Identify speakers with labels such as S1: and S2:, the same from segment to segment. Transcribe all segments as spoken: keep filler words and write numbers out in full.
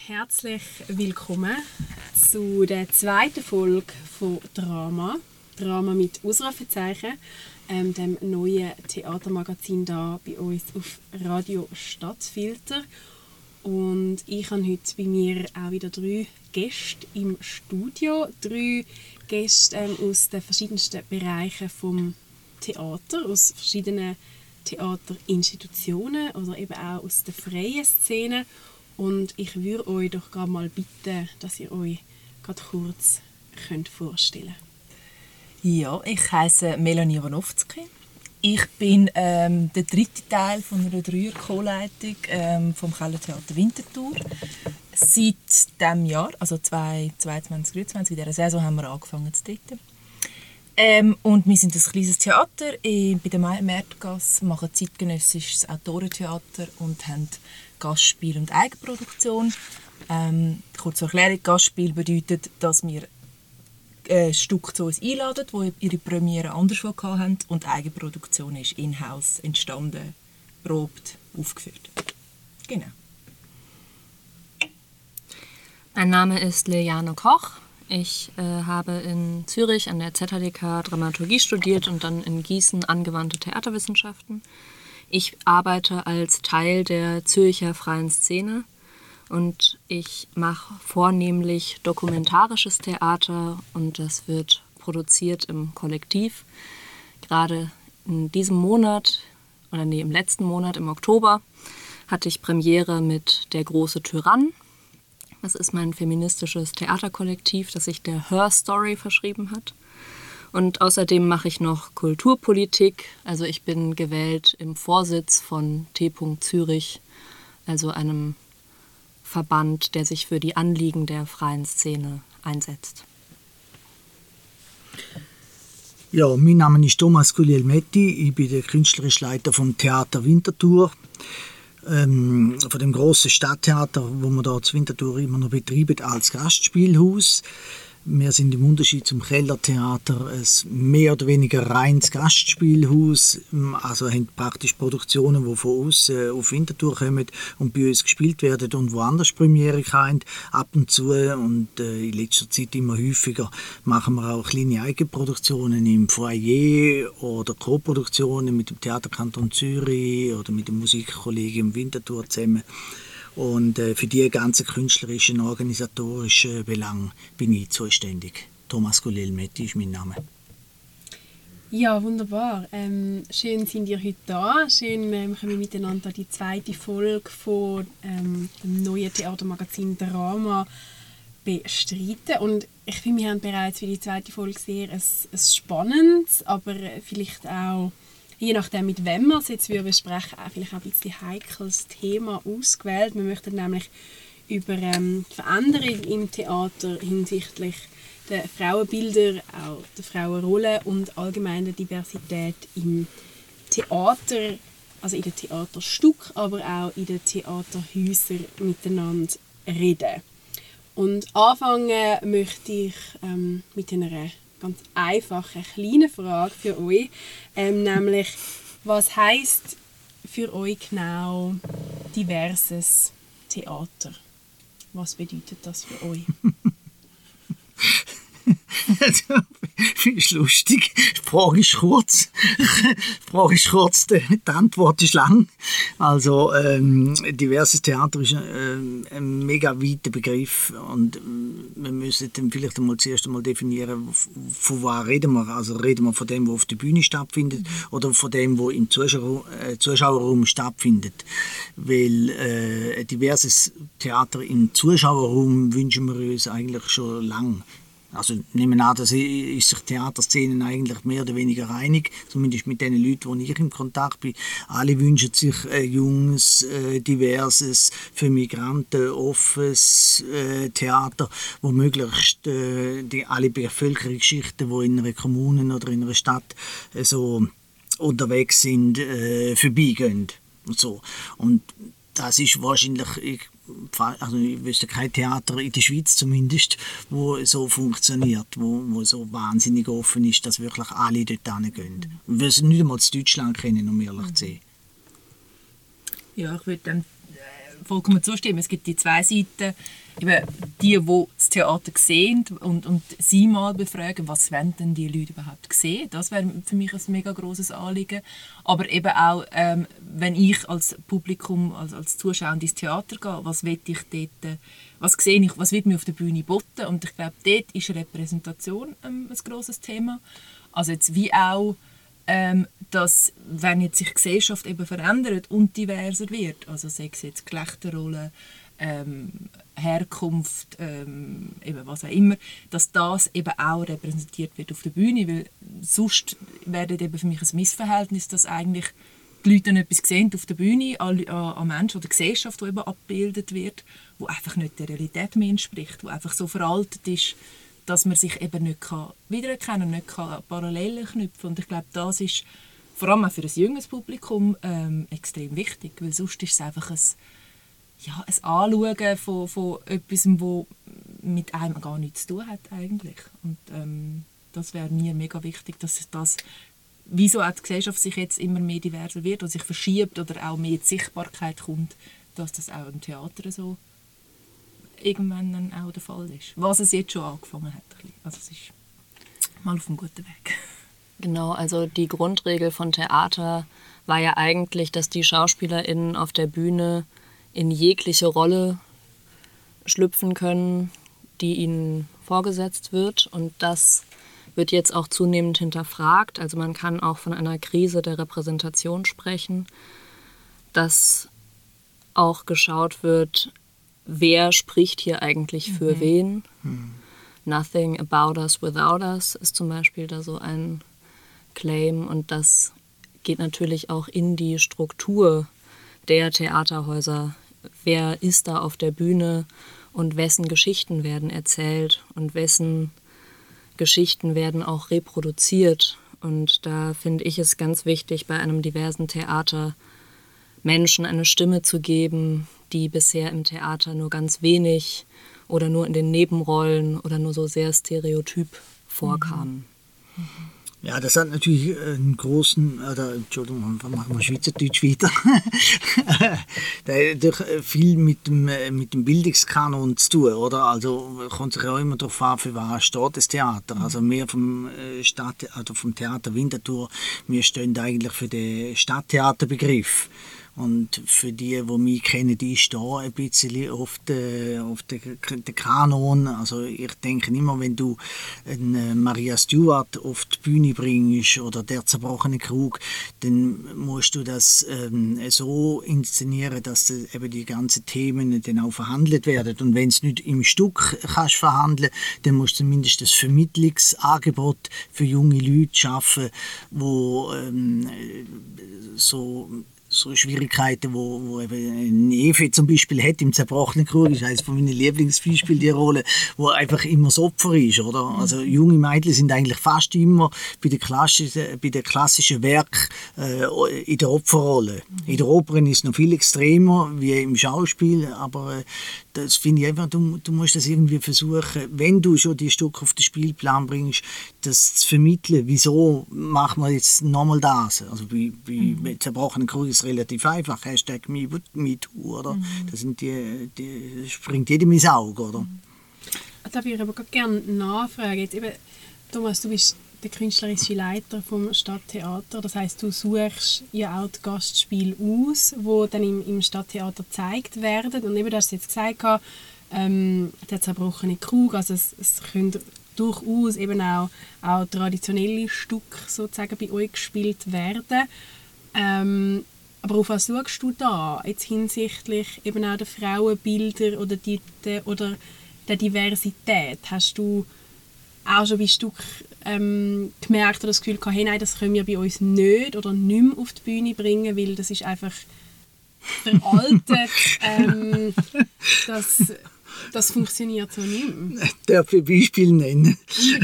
S1: Herzlich willkommen zu der zweiten Folge von Drama. Drama mit Ausrufezeichen, ähm, dem neuen Theatermagazin da bei uns auf Radio Stadtfilter. Und ich habe heute bei mir auch wieder drei Gäste im Studio. Drei Gäste ähm, aus den verschiedensten Bereichen vom Theater, aus verschiedenen Theaterinstitutionen oder eben auch aus der freien Szene. Und ich würde euch doch gerade mal bitten, dass ihr euch gerade kurz könnt vorstellen könnt.
S2: Ja, ich heiße Melanie Iwanowski. Ich bin ähm, der dritte Teil von einer Dreier-Co-Leitung ähm, vom Kellertheater Winterthur. Seit diesem Jahr, also zweitausendzweiundzwanzig dreiundzwanzig, in dieser Saison haben wir angefangen zu daten. Ähm, und wir sind ein kleines Theater äh, bei der Märtgasse, machen zeitgenössisches Autorentheater und haben Gastspiel und Eigenproduktion. Ähm, kurze Erklärung: Gastspiel bedeutet, dass wir ein Stück zu uns einladen, die ihre Premiere anderswo hatten, und Eigenproduktion ist in-house entstanden, probt, aufgeführt. Genau.
S3: Mein Name ist Liliane Koch. Ich äh, habe in Zürich an der Z H D K Dramaturgie studiert und dann in Gießen angewandte Theaterwissenschaften. Ich arbeite als Teil der Zürcher freien Szene und ich mache vornehmlich dokumentarisches Theater und das wird produziert im Kollektiv. Gerade in diesem Monat, oder nee, im letzten Monat, im Oktober, hatte ich Premiere mit Der große Tyrann. Das ist mein feministisches Theaterkollektiv, das sich der Her Story verschrieben hat. Und außerdem mache ich noch Kulturpolitik. Also ich bin gewählt im Vorsitz von T. Zürich, also einem Verband, der sich für die Anliegen der freien Szene einsetzt.
S4: Ja, mein Name ist Thomas Guglielmetti. Ich bin der künstlerische Leiter vom Theater Winterthur. Ähm, von dem grossen Stadttheater, wo wir hier zu Winterthur immer noch betreiben als Gastspielhaus. Wir sind im Unterschied zum Kellertheater ein mehr oder weniger reines Gastspielhaus. Also haben praktisch Produktionen, die von uns äh, auf Winterthur kommen und bei uns gespielt werden und woanders Premiere haben, ab und zu. Und äh, in letzter Zeit immer häufiger machen wir auch kleine Eigenproduktionen im Foyer oder Co-Produktionen mit dem Theaterkanton Zürich oder mit dem Musikkollegium Winterthur zusammen. Und äh, für die ganzen künstlerischen, organisatorischen Belange bin ich zuständig. Thomas Guglielmetti ist mein Name.
S1: Ja, wunderbar. Ähm, schön sind ihr heute da. Schön ähm, können wir miteinander die zweite Folge von ähm, dem neuen Theatermagazin Drama bestreiten. Und ich finde, wir haben bereits für die zweite Folge sehr ein, ein spannendes, aber vielleicht auch, je nachdem, mit wem wir es jetzt besprechen, auch vielleicht auch ein bisschen heikles Thema ausgewählt. Wir möchten nämlich über ähm, die Veränderung im Theater hinsichtlich der Frauenbilder, auch der Frauenrolle und allgemein der Diversität im Theater, also in den Theaterstücken, aber auch in den Theaterhäusern miteinander reden. Und anfangen möchte ich ähm, mit einer ganz einfache, kleine Frage für euch, ähm, nämlich, was heisst für euch genau diverses Theater? Was bedeutet das für euch?
S4: Finde ich lustig. Die Frage ist kurz. Die Frage ist kurz, die Antwort ist lang. Also ähm, diverses Theater ist ein, ein mega weiter Begriff und wir müssen dann vielleicht einmal zuerst einmal definieren, von was reden wir. Also reden wir von dem, was auf der Bühne stattfindet, mhm. oder von dem, was im Zuschauer, äh, Zuschauerraum stattfindet. Weil äh, ein diverses Theater im Zuschauerraum wünschen wir uns eigentlich schon lange. Also nehmen wir an, dass ist sich die Theaterszene eigentlich mehr oder weniger einig, zumindest mit den Leuten, die ich in Kontakt bin. Alle wünschen sich ein junges, äh, diverses, für Migranten offenes äh, Theater, wo möglichst äh, die, alle Bevölkerungsschichten, die in einer Kommune oder in einer Stadt äh, so unterwegs sind, äh, vorbeigehen. Und, so. Und das ist wahrscheinlich... Ich, Also ich wüsste kein Theater in der Schweiz zumindest, wo so funktioniert, wo, wo so wahnsinnig offen ist, dass wirklich alle dort hingehen. Mhm. Wir es nicht einmal in Deutschland kennen, um ehrlich zu sein.
S2: Ja, ich würde dann vollkommen zustimmen. Es gibt die zwei Seiten, eben die, die das Theater sehen und, und sie mal befragen, was wollen denn die Leute überhaupt sehen. Das wäre für mich ein mega grosses Anliegen. Aber eben auch, ähm, wenn ich als Publikum, als, als Zuschauer ins Theater gehe, was will ich dort, was sehe ich, was wird mir auf der Bühne geboten? Und ich glaube, dort ist Repräsentation ähm, ein grosses Thema. Also jetzt wie auch, ähm, dass, wenn jetzt sich die Gesellschaft eben verändert und diverser wird, also sei es jetzt Geschlechterrollen, ähm, Herkunft, ähm, eben was auch immer, dass das eben auch repräsentiert wird auf der Bühne, weil sonst wäre eben für mich ein Missverhältnis, dass eigentlich die Leute dann etwas sehen auf der Bühne, an, an Menschen oder Gesellschaft, die eben abgebildet wird, wo einfach nicht der Realität mehr entspricht, wo einfach so veraltet ist, dass man sich eben nicht kann wiedererkennen, nicht kann Parallelen knüpfen. Und ich glaube, das ist vor allem auch für ein junges Publikum ähm, extrem wichtig, weil sonst ist es einfach ein, ja, ein Anschauen von, von etwas, das mit einem gar nichts zu tun hat eigentlich. Und ähm, das wäre mir mega wichtig, dass das, wieso auch die Gesellschaft sich jetzt immer mehr diverser wird und sich verschiebt oder auch mehr in die Sichtbarkeit kommt, dass das auch im Theater so irgendwann dann auch der Fall ist. Was es jetzt schon angefangen hat. Also es ist mal auf einem guten Weg.
S3: Genau, also die Grundregel von Theater war ja eigentlich, dass die SchauspielerInnen auf der Bühne in jegliche Rolle schlüpfen können, die ihnen vorgesetzt wird. Und das wird jetzt auch zunehmend hinterfragt. Also man kann auch von einer Krise der Repräsentation sprechen, dass auch geschaut wird, wer spricht hier eigentlich für mhm. wen. Mhm. Nothing about us without us ist zum Beispiel da so ein Claim. Und das geht natürlich auch in die Struktur der Theaterhäuser. Wer ist da auf der Bühne und wessen Geschichten werden erzählt und wessen Geschichten werden auch reproduziert. Und da finde ich es ganz wichtig, bei einem diversen Theater Menschen eine Stimme zu geben, die bisher im Theater nur ganz wenig oder nur in den Nebenrollen oder nur so sehr stereotyp vorkamen.
S4: Ja, das hat natürlich einen großen, oder, Entschuldigung, machen wir Schweizerdeutsch weiter, das hat viel mit dem, mit dem Bildungskanon zu tun, oder? Also kommt sich auch immer darauf an, für was steht das Theater. Also wir vom, Stadt, also vom Theater Winterthur, wir stehen eigentlich für den Stadttheaterbegriff. Und für die, die mich kennen, die ist da ein bisschen auf den auf de, de Kanon. Also ich denke immer, wenn du eine Maria Stuart auf die Bühne bringst oder der zerbrochene Krug, dann musst du das ähm, so inszenieren, dass das, eben die ganzen Themen dann auch verhandelt werden. Und wenn es nicht im Stück kannst verhandeln, dann musst du zumindest das Vermittlungsangebot für junge Leute schaffen, wo ähm, so so Schwierigkeiten, wo, wo eben Neve zum Beispiel hat im zerbrochenen Krug, ist eines von meinen Lieblingsbeispielen, die Rolle, wo einfach immer das Opfer ist, oder? Also junge Mädchen sind eigentlich fast immer bei den klassischen, bei den klassischen Werken äh, in der Opferrolle. In der Oper ist es noch viel extremer wie im Schauspiel, aber äh, das finde ich einfach, du, du musst das irgendwie versuchen, wenn du schon die Stücke auf den Spielplan bringst, das zu vermitteln, wieso machen wir jetzt nochmal das? Also bei, bei mhm. zerbrochenen Krug ist es relativ einfach, Hashtag MeToo, oder? Mhm. Das sind die, die springt jedem ins Auge, oder? Mhm.
S1: Da würde ich aber gerne nachfragen. Jetzt eben, Thomas, du bist der künstlerische Leiter vom Stadttheater. Das heisst, du suchst ja auch die Gastspiele aus, die dann im, im Stadttheater gezeigt werden. Und eben, du hast jetzt gesagt, ähm, der zerbrochene Krug, also es, es können durchaus eben auch, auch traditionelle Stücke sozusagen bei euch gespielt werden. Ähm, aber auf was schaust du da, jetzt hinsichtlich eben auch der Frauenbilder oder, die, der, oder der Diversität? Hast du auch schon bei Stück ähm, gemerkt oder das Gefühl gehabt, hey, nein, das können wir bei uns nicht oder nicht mehr auf die Bühne bringen, weil das ist einfach veraltet, ähm, das, das funktioniert so nicht mehr.
S4: Darf ich ein Beispiel nennen?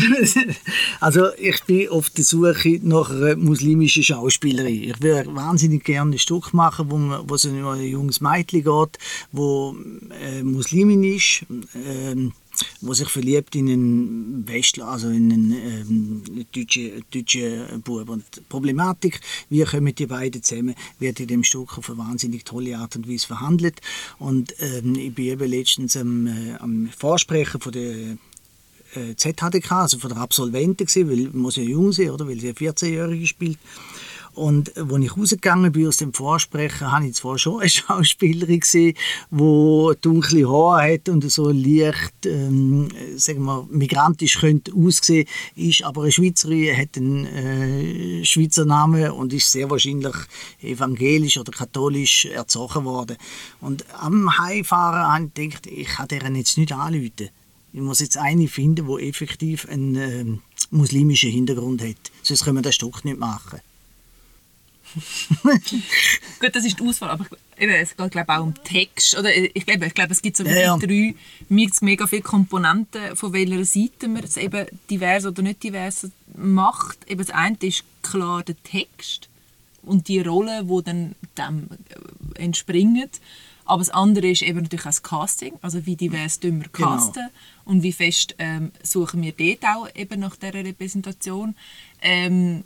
S4: Also ich bin auf der Suche nach einer muslimischen Schauspielerin. Ich würde wahnsinnig gerne ein Stück machen, wo, man, wo es um ein junges Mädchen geht, das äh, Muslimin ist. Ähm, wo sich verliebt in einen Westler, also in einen ähm, deutschen, deutschen Bub. Und die Problematik, wie kommen die beiden zusammen, wird in dem Stück auf eine wahnsinnig tolle Art und Weise verhandelt. Und ähm, ich bin eben letztens am, äh, am Vorsprechen von der äh, Z H D K, also von der Absolventen gewesen, weil man muss ja jung sein, oder, weil sie eine vierzehn-Jährige spielt. Und als ich rausgegangen bin aus dem Vorsprechen, habe ich zwar schon eine Schauspielerin gesehen, die dunkle Haare hat und so leicht, ähm, sagen wir, migrantisch könnte aussehen, ist aber eine Schweizerin, hat einen äh, Schweizer Namen und ist sehr wahrscheinlich evangelisch oder katholisch erzogen worden. Und am Heimfahren habe ich gedacht, ich kann deren jetzt nicht anrufen. Ich muss jetzt eine finden, die effektiv einen äh, muslimischen Hintergrund hat. Sonst können wir das Stück nicht machen.
S2: Gut, das ist die Auswahl, aber eben, es geht glaube auch um Text. Oder ich, glaube, ich glaube, es gibt so
S4: ja, ja.
S2: drei mega viele Komponenten, von welcher Seite man es eben divers oder nicht divers macht. Eben das eine ist klar der Text und die Rollen, die dann dem entspringen. Aber das andere ist eben natürlich auch das Casting, also wie divers wir casten genau. Und wie fest ähm, suchen wir dort auch eben nach dieser Repräsentation. Ähm,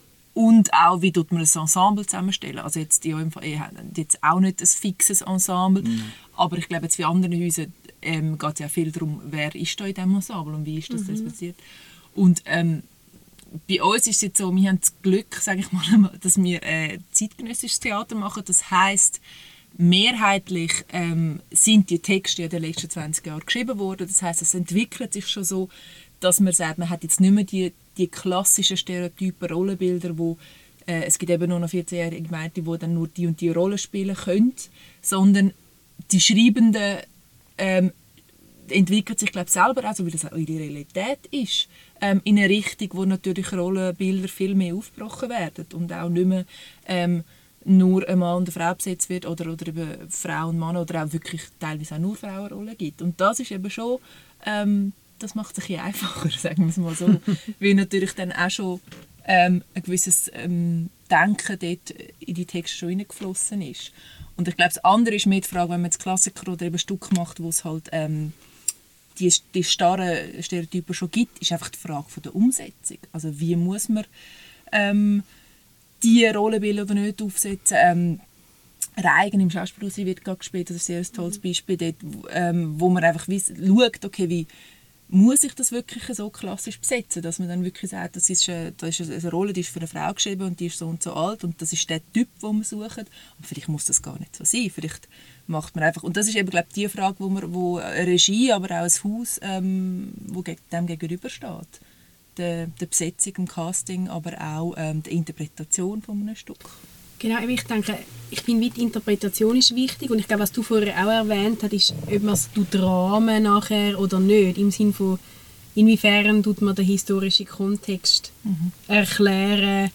S2: Und auch, wie tut man ein Ensemble zusammenstellen. Also jetzt, ja, ich habe jetzt auch nicht ein fixes Ensemble, mhm. aber ich glaube, jetzt wie anderen Häusern ähm, geht es ja viel darum, wer ist da in diesem Ensemble und wie ist das mhm. passiert. Und ähm, bei uns ist es jetzt so, wir haben das Glück, sage ich mal, dass wir äh, zeitgenössisches Theater machen. Das heisst, mehrheitlich ähm, sind die Texte in den letzten zwanzig Jahren geschrieben worden. Das heisst, es entwickelt sich schon so, dass man sagt, man hat jetzt nicht mehr die die klassischen Stereotypen, Rollenbilder, wo äh, es gibt eben nur noch vierzehnjährige Mädchen, die dann nur die und die Rolle spielen können, sondern die Schreibenden ähm, entwickeln sich, glaube ich, selber, also weil das auch ihre Realität ist, ähm, in eine Richtung, wo natürlich Rollenbilder viel mehr aufgebrochen werden und auch nicht mehr ähm, nur ein Mann und eine Frau besetzt wird oder, oder eben Frau und Mann oder auch wirklich teilweise auch nur Frauenrollen gibt. Und das ist eben schon ähm, das macht es ein bisschen einfacher, sagen wir es mal so. Weil natürlich dann auch schon ähm, ein gewisses ähm, Denken dort in die Texte schon hineingeflossen ist. Und ich glaube, das andere ist mehr die Frage, wenn man jetzt Klassiker oder eben ein Stück macht, wo es halt ähm, die, die starren Stereotypen schon gibt, ist einfach die Frage von der Umsetzung. Also wie muss man ähm, die Rollenbilder oder nicht aufsetzen? Ähm, Reigen im Schauspielhaus wird gerade gespielt, das ist ein sehr tolles Beispiel, dort, ähm, wo man einfach weiss, schaut, okay, wie muss ich das wirklich so klassisch besetzen, dass man dann wirklich sagt, das ist, eine, das ist eine Rolle, die ist für eine Frau geschrieben und die ist so und so alt und das ist der Typ, den man sucht. Und vielleicht muss das gar nicht so sein. Vielleicht macht man einfach, und das ist eben, glaube ich, die Frage, wo, man, wo eine Regie, aber auch ein Haus, ähm, wo dem gegenübersteht. Der, der Besetzung, dem Casting, aber auch ähm, der Interpretation von einem Stück.
S1: Genau, ich denke, ich finde, die Interpretation ist wichtig und ich glaube, was du vorher auch erwähnt hast, ist, ob man es Rahmen nachher oder nicht, im Sinne von, inwiefern tut man den historischen Kontext mhm. erklären,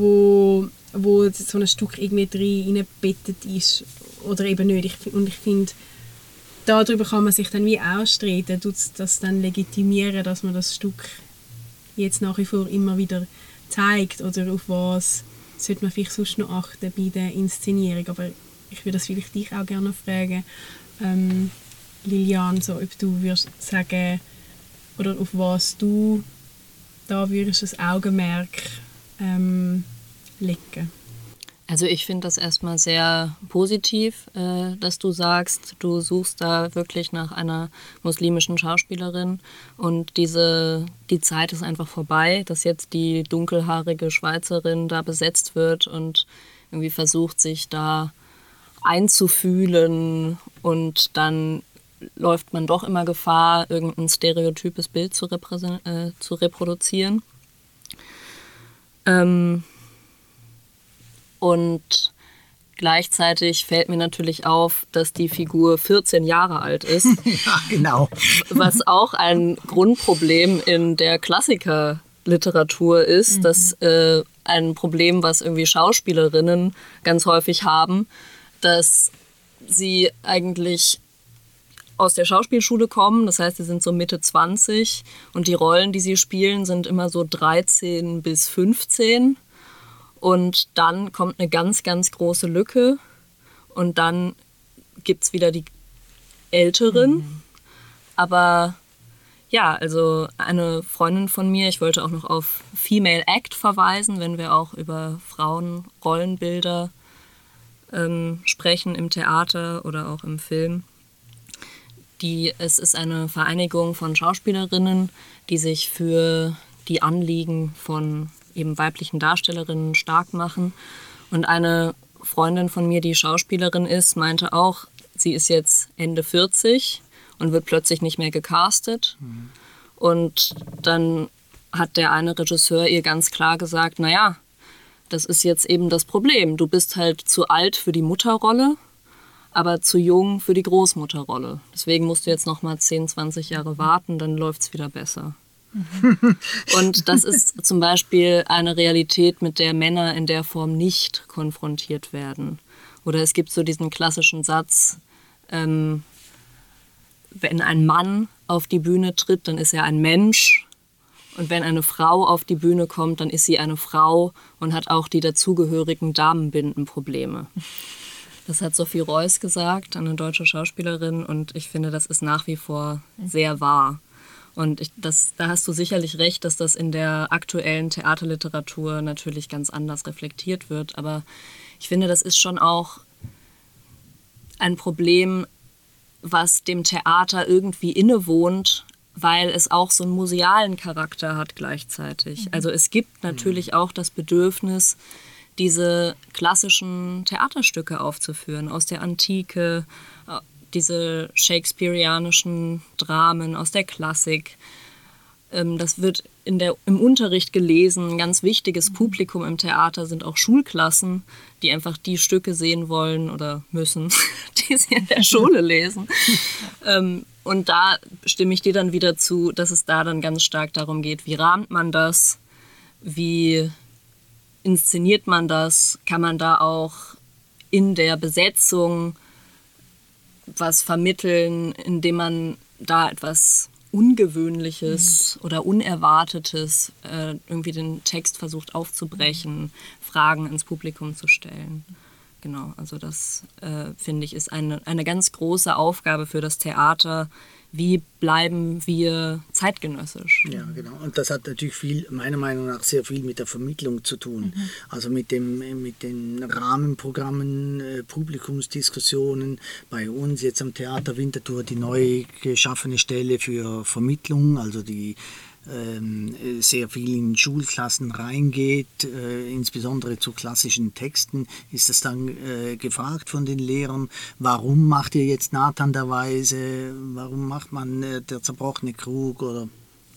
S1: wo, wo so ein Stück irgendwie reingebettet ist oder eben nicht. Ich, und ich finde, darüber kann man sich dann wie ausstreiten, tut das dann legitimieren, dass man das Stück jetzt nach wie vor immer wieder zeigt oder auf was sollte man vielleicht sonst noch achten bei der Inszenierung. Aber ich würde das vielleicht dich auch gerne fragen, ähm, Lilian, so, ob du würdest sagen, oder auf was du da würdest das Augenmerk ähm, legen.
S3: Also ich finde das erstmal sehr positiv, äh, dass du sagst, du suchst da wirklich nach einer muslimischen Schauspielerin und diese, die Zeit ist einfach vorbei, dass jetzt die dunkelhaarige Schweizerin da besetzt wird und irgendwie versucht, sich da einzufühlen und dann läuft man doch immer Gefahr, irgendein stereotypes Bild zu, repräsen- äh, zu reproduzieren. Ähm, Und gleichzeitig fällt mir natürlich auf, dass die Figur vierzehn Jahre alt ist.
S4: Ja, genau.
S3: Was auch ein Grundproblem in der Klassikerliteratur ist. Mhm. Das äh, ein Problem, was irgendwie Schauspielerinnen ganz häufig haben, dass sie eigentlich aus der Schauspielschule kommen. Das heißt, sie sind so Mitte zwanzig und die Rollen, die sie spielen, sind immer so dreizehn bis fünfzehn. Und dann kommt eine ganz, ganz große Lücke und dann gibt es wieder die Älteren. Mhm. Aber Ja, also eine Freundin von mir, ich wollte auch noch auf Female Act verweisen, wenn wir auch über Frauenrollenbilder ähm, sprechen im Theater oder auch im Film. Die, es ist eine Vereinigung von Schauspielerinnen, die sich für die Anliegen von eben weiblichen Darstellerinnen stark machen. Und eine Freundin von mir, die Schauspielerin ist, meinte auch, sie ist jetzt Ende vierzig und wird plötzlich nicht mehr gecastet. Mhm. Und dann hat der eine Regisseur ihr ganz klar gesagt, naja, das ist jetzt eben das Problem. Du bist halt zu alt für die Mutterrolle, aber zu jung für die Großmutterrolle. Deswegen musst du jetzt noch mal zehn, zwanzig Jahre warten, dann läuft es wieder besser. Mhm. Und das ist zum Beispiel eine Realität, mit der Männer in der Form nicht konfrontiert werden. Oder es gibt so diesen klassischen Satz, ähm, wenn ein Mann auf die Bühne tritt, dann ist er ein Mensch. Und wenn eine Frau auf die Bühne kommt, dann ist sie eine Frau und hat auch die dazugehörigen Damenbindenprobleme. Das hat Sophie Reuss gesagt, eine deutsche Schauspielerin. Und ich finde, das ist nach wie vor sehr wahr. Und ich, das, da hast du sicherlich recht, dass das in der aktuellen Theaterliteratur natürlich ganz anders reflektiert wird. Aber ich finde, das ist schon auch ein Problem, was dem Theater irgendwie innewohnt, weil es auch so einen musealen Charakter hat gleichzeitig. Mhm. Also es gibt natürlich mhm. auch das Bedürfnis, diese klassischen Theaterstücke aufzuführen aus der Antike, diese shakespearianischen Dramen aus der Klassik. Das wird in der, im Unterricht gelesen. Ein ganz wichtiges Publikum im Theater sind auch Schulklassen, die einfach die Stücke sehen wollen oder müssen, die sie in der Schule lesen. Und da stimme ich dir dann wieder zu, dass es da dann ganz stark darum geht, wie rahmt man das, wie inszeniert man das, kann man da auch in der Besetzung was vermitteln, indem man da etwas Ungewöhnliches mhm. oder Unerwartetes äh, irgendwie den Text versucht aufzubrechen, Fragen ins Publikum zu stellen. Genau, also das äh, finde ich ist eine, eine ganz große Aufgabe für das Theater. Wie bleiben wir zeitgenössisch?
S4: Ja, genau. Und das hat natürlich viel, meiner Meinung nach, sehr viel mit der Vermittlung zu tun. Mhm. Also mit, dem, mit den Rahmenprogrammen, äh, Publikumsdiskussionen. Bei uns jetzt am Theater Winterthur die neu geschaffene Stelle für Vermittlung, also die ähm, sehr viel in Schulklassen reingeht, äh, insbesondere zu klassischen Texten, ist das dann äh, gefragt von den Lehrern, warum macht ihr jetzt Nathan der Weise, warum macht man äh, der zerbrochene Krug oder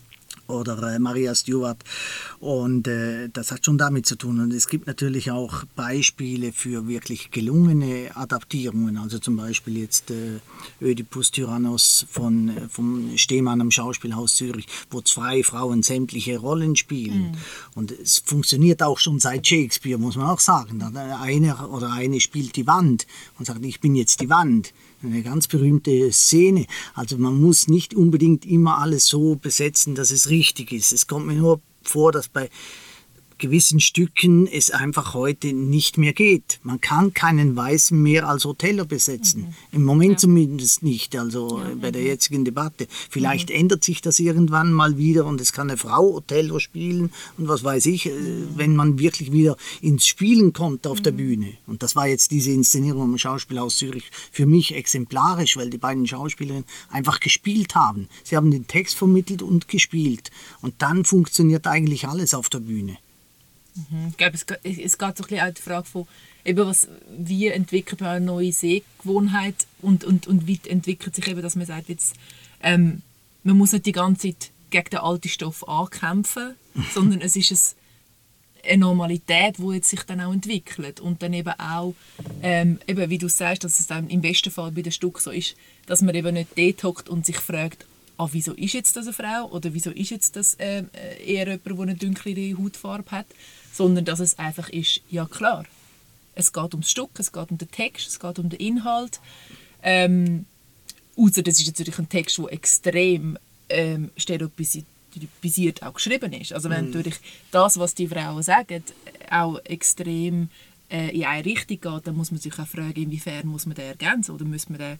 S4: oder äh, Maria Stuart, und äh, das hat schon damit zu tun. Und es gibt natürlich auch Beispiele für wirklich gelungene Adaptierungen, also zum Beispiel jetzt äh, Ödipus Tyrannos von, äh, vom Stehmann am Schauspielhaus Zürich, wo zwei Frauen sämtliche Rollen spielen. Mhm. Und es funktioniert auch schon seit Shakespeare, muss man auch sagen. Einer oder eine spielt die Wand und sagt, ich bin jetzt die Wand. Eine ganz berühmte Szene. Also man muss nicht unbedingt immer alles so besetzen, dass es richtig ist. Es kommt mir nur vor, dass bei gewissen Stücken es einfach heute nicht mehr geht. Man kann keinen Weißen mehr als Othello besetzen. Mhm. Im Moment ja. zumindest nicht, also ja, bei der jetzigen Debatte. Vielleicht mhm. ändert sich das irgendwann mal wieder und es kann eine Frau Othello spielen und was weiß ich, mhm. wenn man wirklich wieder ins Spielen kommt auf mhm. der Bühne. Und das war jetzt diese Inszenierung am Schauspielhaus Zürich für mich exemplarisch, weil die beiden Schauspielerinnen einfach gespielt haben. Sie haben den Text vermittelt und gespielt. Und dann funktioniert eigentlich alles auf der Bühne.
S2: Ich glaube, es geht, es geht so ein bisschen auch die Frage von, eben was, wie entwickelt man eine neue Sehgewohnheit und, und, und wie entwickelt sich eben, dass man sagt, jetzt, ähm, man muss nicht die ganze Zeit gegen den alten Stoff ankämpfen, sondern es ist ein, eine Normalität, die jetzt sich dann auch entwickelt. Und dann eben auch, ähm, eben, wie du sagst, dass es dann im besten Fall bei dem Stück so ist, dass man eben nicht dort hockt und sich fragt, ah, wieso ist jetzt das eine Frau oder wieso ist jetzt das äh, eher jemand, der eine dunklere Hautfarbe hat, sondern dass es einfach ist, ja klar, es geht ums Stück, es geht um den Text, es geht um den Inhalt. Ähm, außer das ist natürlich ein Text, der extrem ähm, stereotypisiert auch geschrieben ist. Also wenn mm. natürlich das, was die Frauen sagen, auch extrem äh, in eine Richtung geht, dann muss man sich auch fragen, inwiefern muss man den ergänzen oder muss man den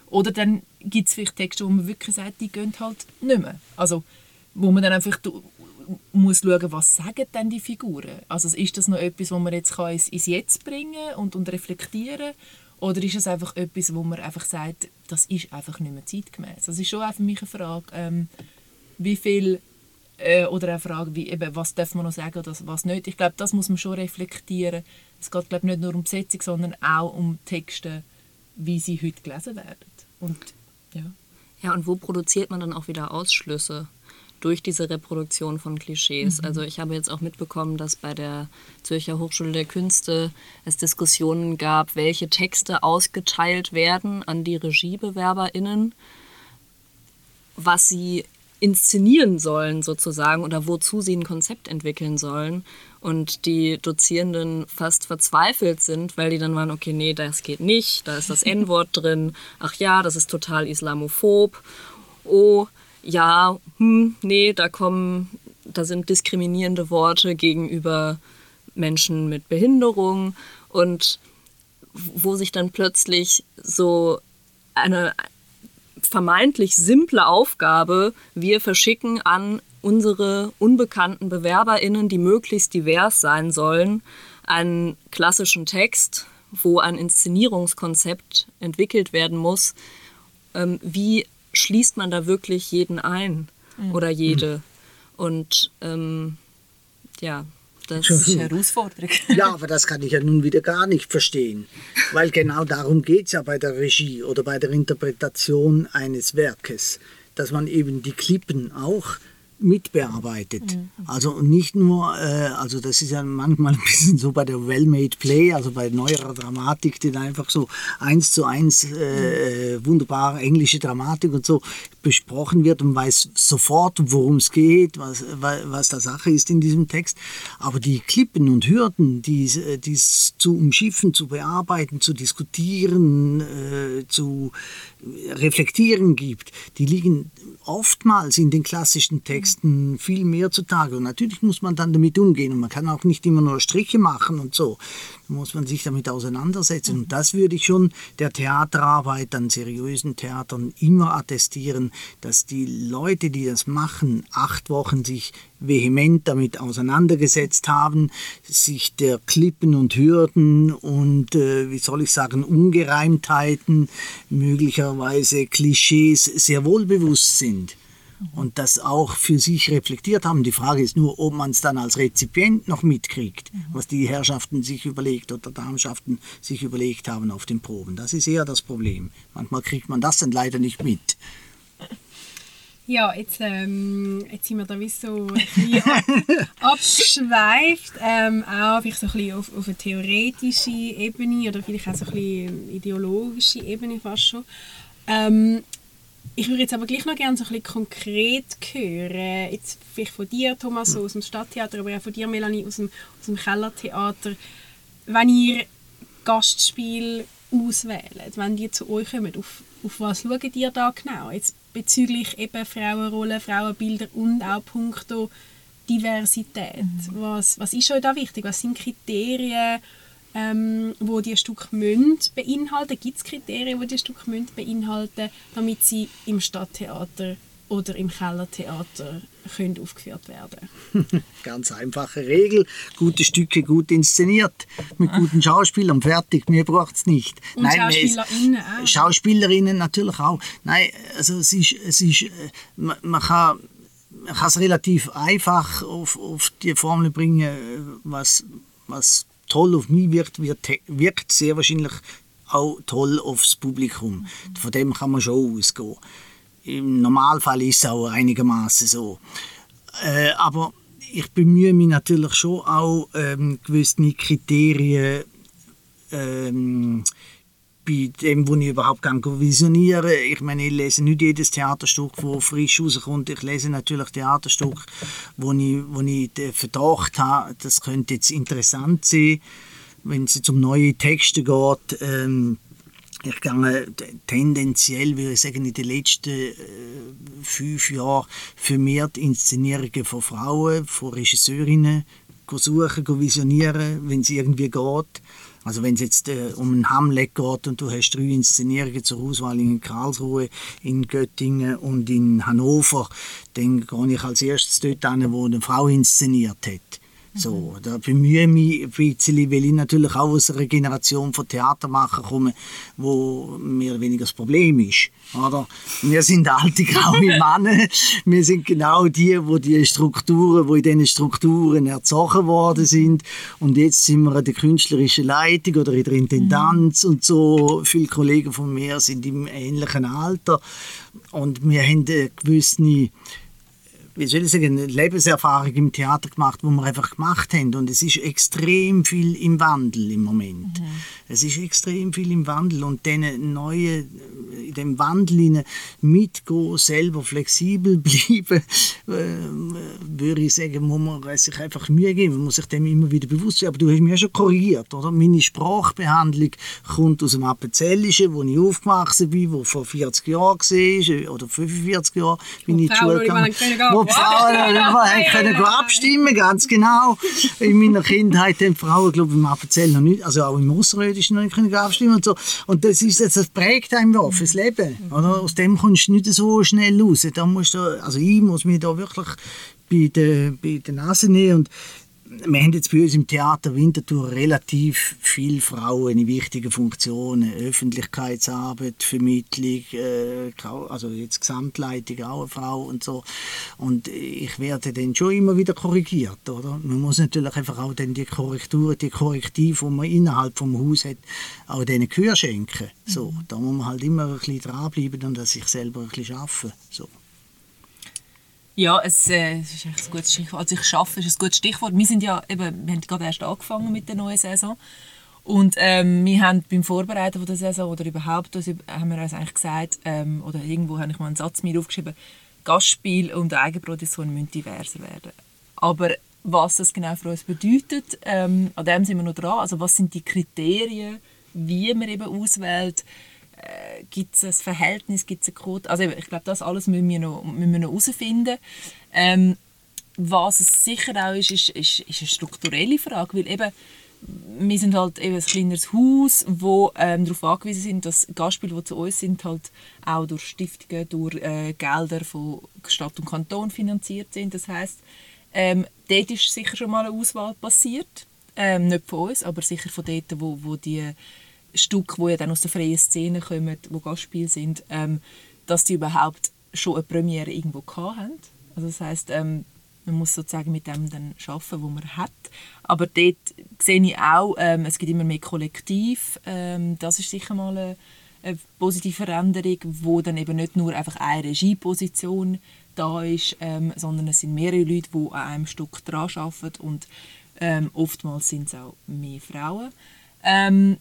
S2: Oder dann gibt es vielleicht Texte, wo man wirklich sagt, die gehen halt nicht mehr. Also, wo man dann einfach muss schauen, was sagen denn die Figuren. Also ist das noch etwas, wo man jetzt kann ins, ins Jetzt bringen und, und reflektieren, oder ist es einfach etwas, wo man einfach sagt, das ist einfach nicht mehr zeitgemäß? Das ist schon auch für mich eine Frage, ähm, wie viel, äh, oder eine Frage, wie, eben, was darf man noch sagen oder was nicht. Ich glaube, das muss man schon reflektieren. Es geht, glaube ich, nicht nur um die Besetzung, sondern auch um Texte, wie sie heute gelesen werden. Und, ja.
S3: Ja, und wo produziert man dann auch wieder Ausschlüsse durch diese Reproduktion von Klischees? Mhm. Also ich habe jetzt auch mitbekommen, dass bei der Zürcher Hochschule der Künste es Diskussionen gab, welche Texte ausgeteilt werden an die RegiebewerberInnen, was sie inszenieren sollen sozusagen oder wozu sie ein Konzept entwickeln sollen. Und die Dozierenden fast verzweifelt sind, weil die dann waren, okay, nee, das geht nicht, da ist das En-Wort drin, ach ja, das ist total islamophob, oh, ja, hm, nee, da kommen, da sind diskriminierende Worte gegenüber Menschen mit Behinderung, und wo sich dann plötzlich so eine vermeintlich simple Aufgabe, wir verschicken an unsere unbekannten BewerberInnen, die möglichst divers sein sollen, einen klassischen Text, wo ein Inszenierungskonzept entwickelt werden muss. Ähm, wie schließt man da wirklich jeden ein oder jede? Und ähm, ja, das ist eine Herausforderung.
S4: Ja, aber das kann ich ja nun wieder gar nicht verstehen, weil genau darum geht es ja bei der Regie oder bei der Interpretation eines Werkes, dass man eben die Klippen auch mitbearbeitet. Mhm. Also nicht nur, äh, also das ist ja manchmal ein bisschen so bei der Well-Made Play, also bei neuerer Dramatik, die dann einfach so eins zu eins äh, wunderbare englische Dramatik und so besprochen wird und weiß sofort, worum es geht, was, was da Sache ist in diesem Text. Aber die Klippen und Hürden, die es zu umschiffen, zu bearbeiten, zu diskutieren, äh, zu reflektieren gibt, die liegen oftmals in den klassischen Texten viel mehr zutage. Und natürlich muss man dann damit umgehen. Und man kann auch nicht immer nur Striche machen und so. Da muss man sich damit auseinandersetzen. Und das würde ich schon der Theaterarbeit an seriösen Theatern immer attestieren, dass die Leute, die das machen, acht Wochen sich vehement damit auseinandergesetzt haben, sich der Klippen und Hürden und, äh, wie soll ich sagen, Ungereimtheiten, möglicherweise Klischees sehr wohl bewusst sind und das auch für sich reflektiert haben. Die Frage ist nur, ob man es dann als Rezipient noch mitkriegt, was die Herrschaften sich überlegt oder Damenschaften sich überlegt haben auf den Proben. Das ist eher das Problem. Manchmal kriegt man das dann leider nicht mit.
S1: Ja, jetzt, ähm, jetzt sind wir da wie so ein bisschen ab, abgeschweift, ähm, auch vielleicht so ein bisschen auf, auf eine theoretische Ebene oder vielleicht auch so ein bisschen ideologische Ebene fast schon. Ähm, ich würde jetzt aber gleich noch gerne so ein bisschen konkret hören, jetzt vielleicht von dir, Thomas, so aus dem Stadttheater, aber auch von dir, Melanie, aus dem, aus dem Kellertheater. Wenn ihr Gastspiele auswählt, wenn die zu euch kommen, auf, auf was schaut ihr da genau? Jetzt bezüglich eben Frauenrollen, Frauenbilder und auch punkto Diversität. Mhm. Was, was ist euch da wichtig? Was sind Kriterien, ähm, wo die Stücke beinhalten? Gibt es Kriterien, die die Stücke beinhalten, damit sie im Stadttheater oder im Kellertheater können aufgeführt werden?
S4: Ganz einfache Regel. Gute Stücke gut inszeniert. Mit guten Schauspielern. Fertig. Mir braucht es nicht.
S1: Und Nein, Schauspielerinnen auch.
S4: Schauspielerinnen natürlich auch. Nein, also es ist, es ist, man, man kann man kann es relativ einfach auf, auf die Formel bringen, was, was toll auf mich wirkt, wirkt, wirkt sehr wahrscheinlich auch toll aufs Publikum. Von dem kann man schon ausgehen. Im Normalfall ist es auch einigermaßen so. Äh, aber ich bemühe mich natürlich schon auch, ähm, gewisse Kriterien ähm, bei dem, wo ich überhaupt visioniere. Ich meine, ich lese nicht jedes Theaterstück, das frisch rauskommt. Ich lese natürlich Theaterstücke, wo ich, wo ich den Verdacht habe, das könnte jetzt interessant sein, wenn es jetzt um neue Texte geht. Ähm, Ich gehe tendenziell, würde ich sagen, in den letzten äh, fünf Jahren vermehrt Inszenierungen von Frauen, von Regisseurinnen suchen, go visionieren, wenn es irgendwie geht. Also wenn es jetzt äh, um einen Hamlet geht und du hast drei Inszenierungen zur Auswahl in Karlsruhe, in Göttingen und in Hannover, dann gehe ich als erstes dort hin, wo eine Frau inszeniert hat. So, da bemühe ich mich ein bisschen, weil ich natürlich auch aus einer Generation von Theatermachern komme, wo mehr oder weniger das Problem ist. Oder? Wir sind alte, graue Männer. Wir sind genau die, wo die Strukturen, wo in diesen Strukturen erzogen worden sind. Und jetzt sind wir in der künstlerischen Leitung oder in der Intendanz mhm. und so. Viele Kollegen von mir sind im ähnlichen Alter. Und wir haben eine gewisse, wie soll ich sagen, eine Lebenserfahrung im Theater gemacht, die wir einfach gemacht haben. Und es ist extrem viel im Wandel im Moment. Mhm. Es ist extrem viel im Wandel. Und diesen neuen, in dem Wandel mitgehen, selber flexibel bleiben, äh, würde ich sagen, muss man sich einfach Mühe geben. Man muss sich dem immer wieder bewusst sein. Aber du hast mich ja schon korrigiert, oder? Meine Sprachbehandlung kommt aus dem Appenzellischen, wo ich aufgewachsen bin, wo vor vierzig Jahren war, oder fünfundvierzig Jahren bin ich in die Schule gegangen. Wo die Frauen können abstimmen, ganz genau. In meiner Kindheit haben die Frauen, glaube ich, im Appenzell noch nicht, also auch im Ausserrhödischen noch nicht können abstimmen und so. Und das, ist, das prägt einem ja fürs Leben. Oder? Aus dem kommst du nicht so schnell raus. Da musst du, also ich muss mich da wirklich bei der, bei der Nase nehmen. Und wir haben jetzt bei uns im Theater Winterthur relativ viele Frauen in wichtigen Funktionen. Öffentlichkeitsarbeit, Vermittlung, äh, also jetzt Gesamtleitung auch eine Frau und so. Und ich werde dann schon immer wieder korrigiert. Oder? Man muss natürlich einfach auch dann die Korrekturen, die Korrektive, die man innerhalb vom Haus hat, auch denen Gehör schenken. So, da muss man halt immer ein bisschen dranbleiben und an sich selber ein bisschen arbeiten. So.
S2: Ja, es, äh, es ist echt ein gutes Stichwort. Also ich arbeite, ist ein gutes Stichwort. Wir, sind ja, eben, wir haben gerade erst angefangen mit der neuen Saison. Und ähm, wir haben beim Vorbereiten von der Saison oder überhaupt also, haben wir uns eigentlich gesagt, ähm, oder irgendwo habe ich mal einen Satz mir aufgeschrieben, Gastspiel und Eigenproduktion müssen diverser werden. Aber was das genau für uns bedeutet, ähm, an dem sind wir noch dran. Also was sind die Kriterien, wie man eben auswählt, Äh, gibt es ein Verhältnis, gibt es eine Quote? Also ich glaube, das alles müssen wir noch, müssen wir noch herausfinden. Ähm, was es sicher auch ist, ist, ist, ist eine strukturelle Frage, weil eben, wir sind halt eben ein kleineres Haus, wo ähm, darauf angewiesen sind, dass Gastspiele, die zu uns sind, halt auch durch Stiftungen, durch äh, Gelder von Stadt und Kanton finanziert sind. Das heisst, ähm, dort ist sicher schon mal eine Auswahl passiert. Ähm, nicht von uns, aber sicher von dort, wo, wo die Stücke, die ja dann aus der freien Szene kommen, die Gastspiele sind, ähm, dass die überhaupt schon eine Premiere irgendwo hatten. Also das heisst, ähm, man muss sozusagen mit dem dann arbeiten, was man hat. Aber dort sehe ich auch, ähm, es gibt immer mehr Kollektiv. Ähm, das ist sicher mal eine, eine positive Veränderung, wo dann eben nicht nur einfach eine Regieposition da ist, ähm, sondern es sind mehrere Leute, die an einem Stück daran arbeiten und ähm, oftmals sind es auch mehr Frauen. Ähm,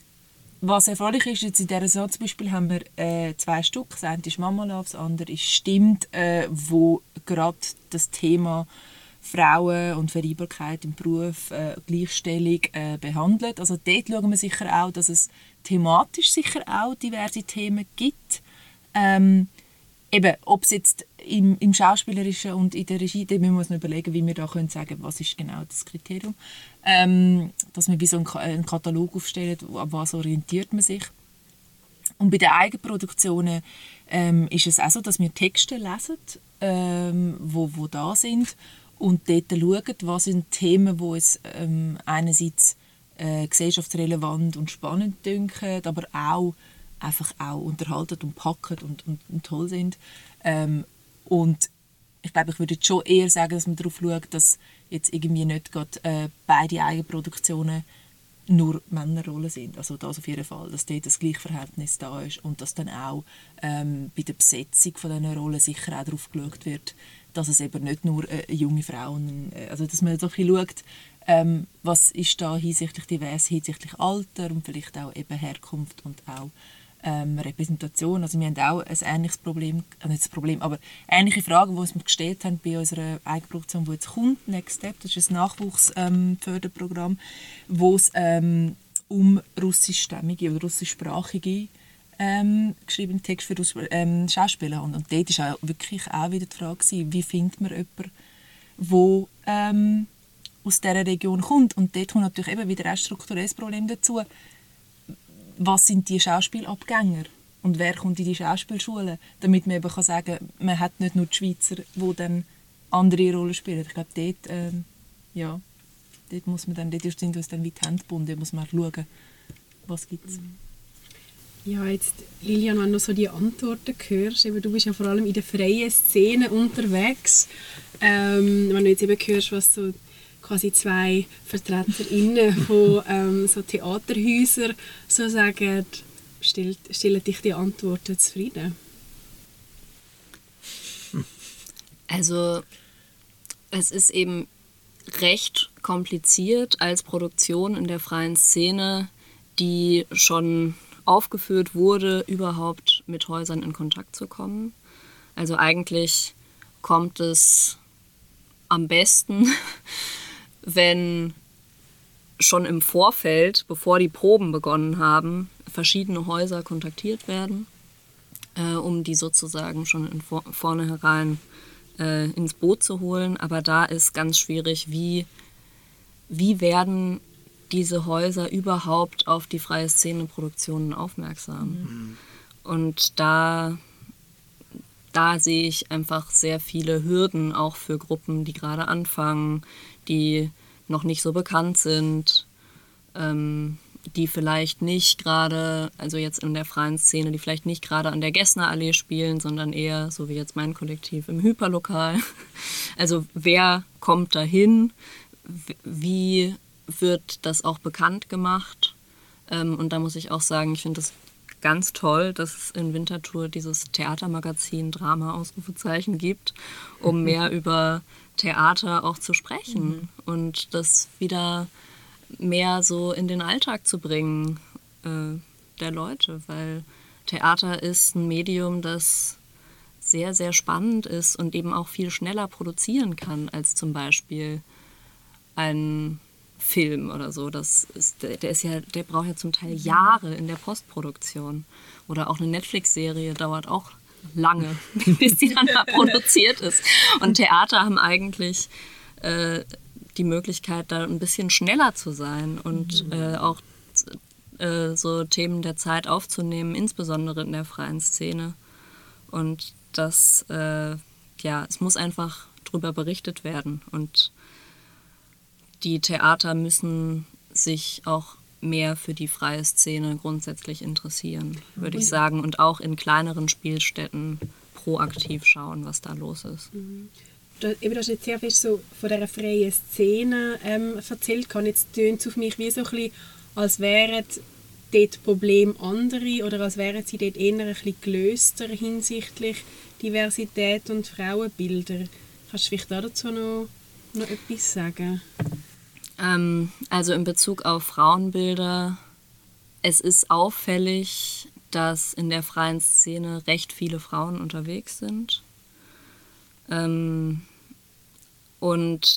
S2: Was erfreulich ist, jetzt in dieser Saison zum Beispiel haben wir äh, zwei Stück. Das eine ist «Mama Love», das andere ist «Stimmt», äh, wo gerade das Thema Frauen und Vereinbarkeit im Beruf, äh, Gleichstellung äh, behandelt. Also dort schauen wir sicher auch, dass es thematisch sicher auch diverse Themen gibt. Ähm, eben, ob es jetzt im, im Schauspielerischen und in der Regie, da müssen wir uns noch überlegen, wie wir da können sagen, was ist genau das Kriterium. Ähm, dass wir wie so einen, einen Katalog aufstellen, an was orientiert man sich. Und bei den Eigenproduktionen ähm, ist es auch so, dass wir Texte lesen, ähm, wo, wo da sind und dort schauen, was sind Themen, die uns ähm, einerseits äh, gesellschaftsrelevant und spannend dünken, aber auch einfach auch unterhalten und packen und, und, und toll sind. Ähm, und ich glaube, ich würde schon eher sagen, dass man darauf schaut, dass jetzt irgendwie nicht gerade äh, beide Eigenproduktionen nur Männerrollen sind. Also das auf jeden Fall, dass dort das Gleichverhältnis da ist und dass dann auch ähm, bei der Besetzung von diesen Rollen sicher auch darauf geschaut wird, dass es eben nicht nur äh, junge Frauen, äh, also dass man so ein bisschen schaut, ähm, was ist da hinsichtlich divers, hinsichtlich Alter und vielleicht auch eben Herkunft und auch Ähm, Repräsentation. Also wir haben auch ein ähnliches Problem, äh, nicht das Problem, aber ähnliche Fragen, die wir uns gestellt haben bei unserer Eigenproduktion, die jetzt kommt, Next Step, das ist ein Nachwuchsförderprogramm, ähm, wo es ähm, um russischstämmige oder russischsprachige ähm, geschriebene Texte für ähm, Schauspieler und, und dort war auch wirklich auch wieder die Frage, wie findet man jemanden, der ähm, aus dieser Region kommt. Und dort kommt natürlich eben wieder ein strukturelles Problem dazu. Was sind die Schauspielabgänger? Und wer kommt in die Schauspielschule? Damit man eben kann sagen kann, man hat nicht nur die Schweizer, die dann andere Rollen spielen. Ich glaube, dort, ähm, ja, dort, muss man dann, dort sind uns dann wie die Hände gebunden. Da muss man schauen, was gibt es.
S1: Ja, jetzt, Lilian, wenn du so die Antworten hörst, eben, du bist ja vor allem in der freien Szene unterwegs. Ähm, wenn du jetzt eben hörst, was so quasi zwei VertreterInnen von ähm, so Theaterhäusern so sagen, stellt, stellen dich die Antworten zufrieden?
S3: Also es ist eben recht kompliziert als Produktion in der freien Szene, die schon aufgeführt wurde, überhaupt mit Häusern in Kontakt zu kommen. Also eigentlich kommt es am besten, wenn schon im Vorfeld, bevor die Proben begonnen haben, verschiedene Häuser kontaktiert werden, äh, um die sozusagen schon in vor- vornherein äh, ins Boot zu holen. Aber da ist ganz schwierig, wie, wie werden diese Häuser überhaupt auf die freie Szene-Produktionen aufmerksam. Mhm. Und da, da sehe ich einfach sehr viele Hürden, auch für Gruppen, die gerade anfangen, die noch nicht so bekannt sind, ähm, die vielleicht nicht gerade, also jetzt in der freien Szene, die vielleicht nicht gerade an der Gessnerallee spielen, sondern eher, so wie jetzt mein Kollektiv, im Hyperlokal. Also wer kommt dahin? Wie wird das auch bekannt gemacht? Ähm, und da muss ich auch sagen, ich finde es ganz toll, dass es in Winterthur dieses Theatermagazin Drama Ausrufezeichen gibt, um mehr über Theater auch zu sprechen mhm. und das wieder mehr so in den Alltag zu bringen äh, der Leute, weil Theater ist ein Medium, das sehr, sehr spannend ist und eben auch viel schneller produzieren kann als zum Beispiel ein Film oder so. Das ist, der, der, ist ja, der braucht ja zum Teil Jahre in der Postproduktion. Oder auch eine Netflix-Serie dauert auch lange, bis die dann mal produziert ist. Und Theater haben eigentlich äh, die Möglichkeit, da ein bisschen schneller zu sein und äh, auch äh, so Themen der Zeit aufzunehmen, insbesondere in der freien Szene. Und das, äh, ja, es muss einfach drüber berichtet werden. Und die Theater müssen sich auch mehr für die freie Szene grundsätzlich interessieren, würde ich sagen. Und auch in kleineren Spielstätten proaktiv schauen, was da los ist.
S1: Du, eben, du hast jetzt sehr viel so von dieser freien Szene ähm, erzählt. Jetzt tönt es auf mich wie so ein bisschen, als wären dort Probleme andere oder als wären sie dort eher ein bisschen gelöster hinsichtlich Diversität und Frauenbilder. Kannst du vielleicht dazu noch, noch etwas sagen?
S3: Ähm, also in Bezug auf Frauenbilder, es ist auffällig, dass in der freien Szene recht viele Frauen unterwegs sind. Ähm, und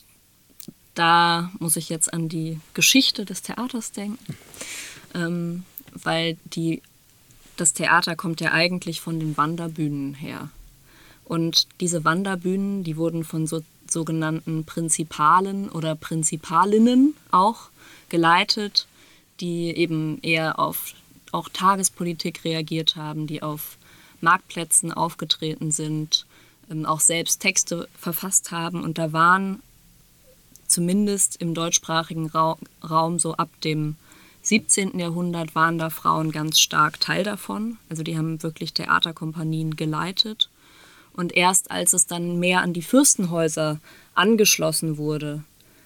S3: da muss ich jetzt an die Geschichte des Theaters denken, ähm, weil die, das Theater kommt ja eigentlich von den Wanderbühnen her. Und diese Wanderbühnen, die wurden von so sogenannten Prinzipalen oder Prinzipalinnen auch geleitet, die eben eher auf auch Tagespolitik reagiert haben, die auf Marktplätzen aufgetreten sind, ähm, auch selbst Texte verfasst haben. Und da waren zumindest im deutschsprachigen Ra- Raum so ab dem siebzehnten. Jahrhundert waren da Frauen ganz stark Teil davon. Also die haben wirklich Theaterkompanien geleitet. Und erst als es dann mehr an die Fürstenhäuser angeschlossen wurde,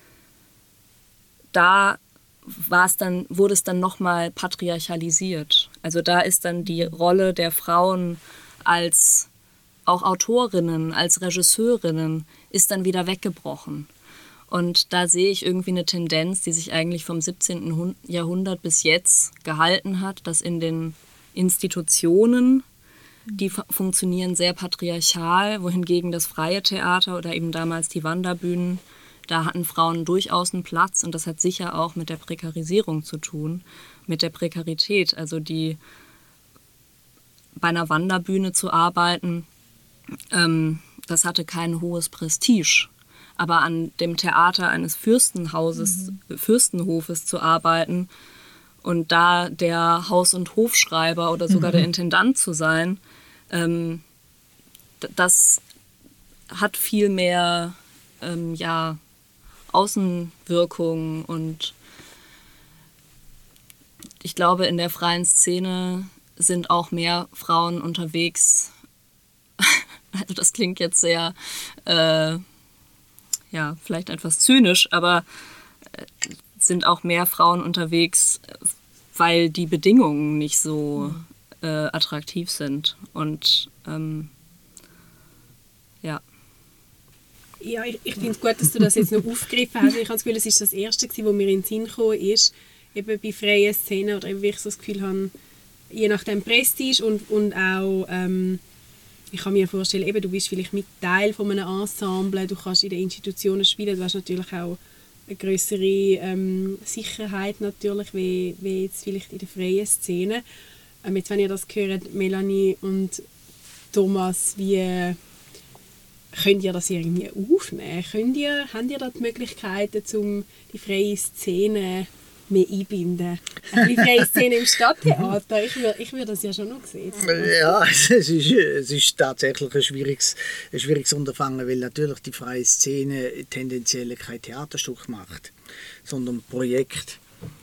S3: da war es dann, wurde es dann nochmal patriarchalisiert. Also da ist dann die Rolle der Frauen als auch Autorinnen, als Regisseurinnen, ist dann wieder weggebrochen. Und da sehe ich irgendwie eine Tendenz, die sich eigentlich vom siebzehnten. Jahrhundert bis jetzt gehalten hat, dass in den Institutionen, die f- funktionieren sehr patriarchal, wohingegen das freie Theater oder eben damals die Wanderbühnen, da hatten Frauen durchaus einen Platz und das hat sicher auch mit der Prekarisierung zu tun, mit der Prekarität. Also die bei einer Wanderbühne zu arbeiten, ähm, das hatte kein hohes Prestige. aber an dem Theater eines Fürstenhauses, mhm. Fürstenhofes zu arbeiten und da der Haus- und Hofschreiber oder sogar mhm. der Intendant zu sein, ähm, das hat viel mehr ähm, ja, Außenwirkung, und ich glaube, in der freien Szene sind auch mehr Frauen unterwegs. Also das klingt jetzt sehr, äh, ja, vielleicht etwas zynisch, aber äh, sind auch mehr Frauen unterwegs, weil die Bedingungen nicht so äh, attraktiv sind. Und ähm, ja.
S1: Ja, ich, ich finde es gut, dass du das jetzt noch aufgegriffen hast. Ich habe das Gefühl, es ist das Erste, was mir in den Sinn gekommen ist, eben bei freien Szenen, oder eben, wie ich so das Gefühl habe, je nachdem Prestige und, und auch, ähm, ich kann mir vorstellen, eben, du bist vielleicht mit Teil von einem Ensemble, du kannst in den Institutionen spielen, du hast natürlich auch eine grössere ähm, Sicherheit natürlich, wie, wie jetzt vielleicht in der freien Szene. Ähm, jetzt, wenn ihr das hört, Melanie und Thomas, wie könnt ihr das irgendwie aufnehmen? Könnt ihr, habt ihr da die Möglichkeiten, um die freie Szene mehr einbinden? Eine freie Szene im Stadttheater, ich würde ich würd das ja schon noch sehen.
S4: Ja, es ist, es ist tatsächlich ein schwieriges, ein schwieriges Unterfangen, weil natürlich die freie Szene tendenziell kein Theaterstück macht, sondern ein Projekt.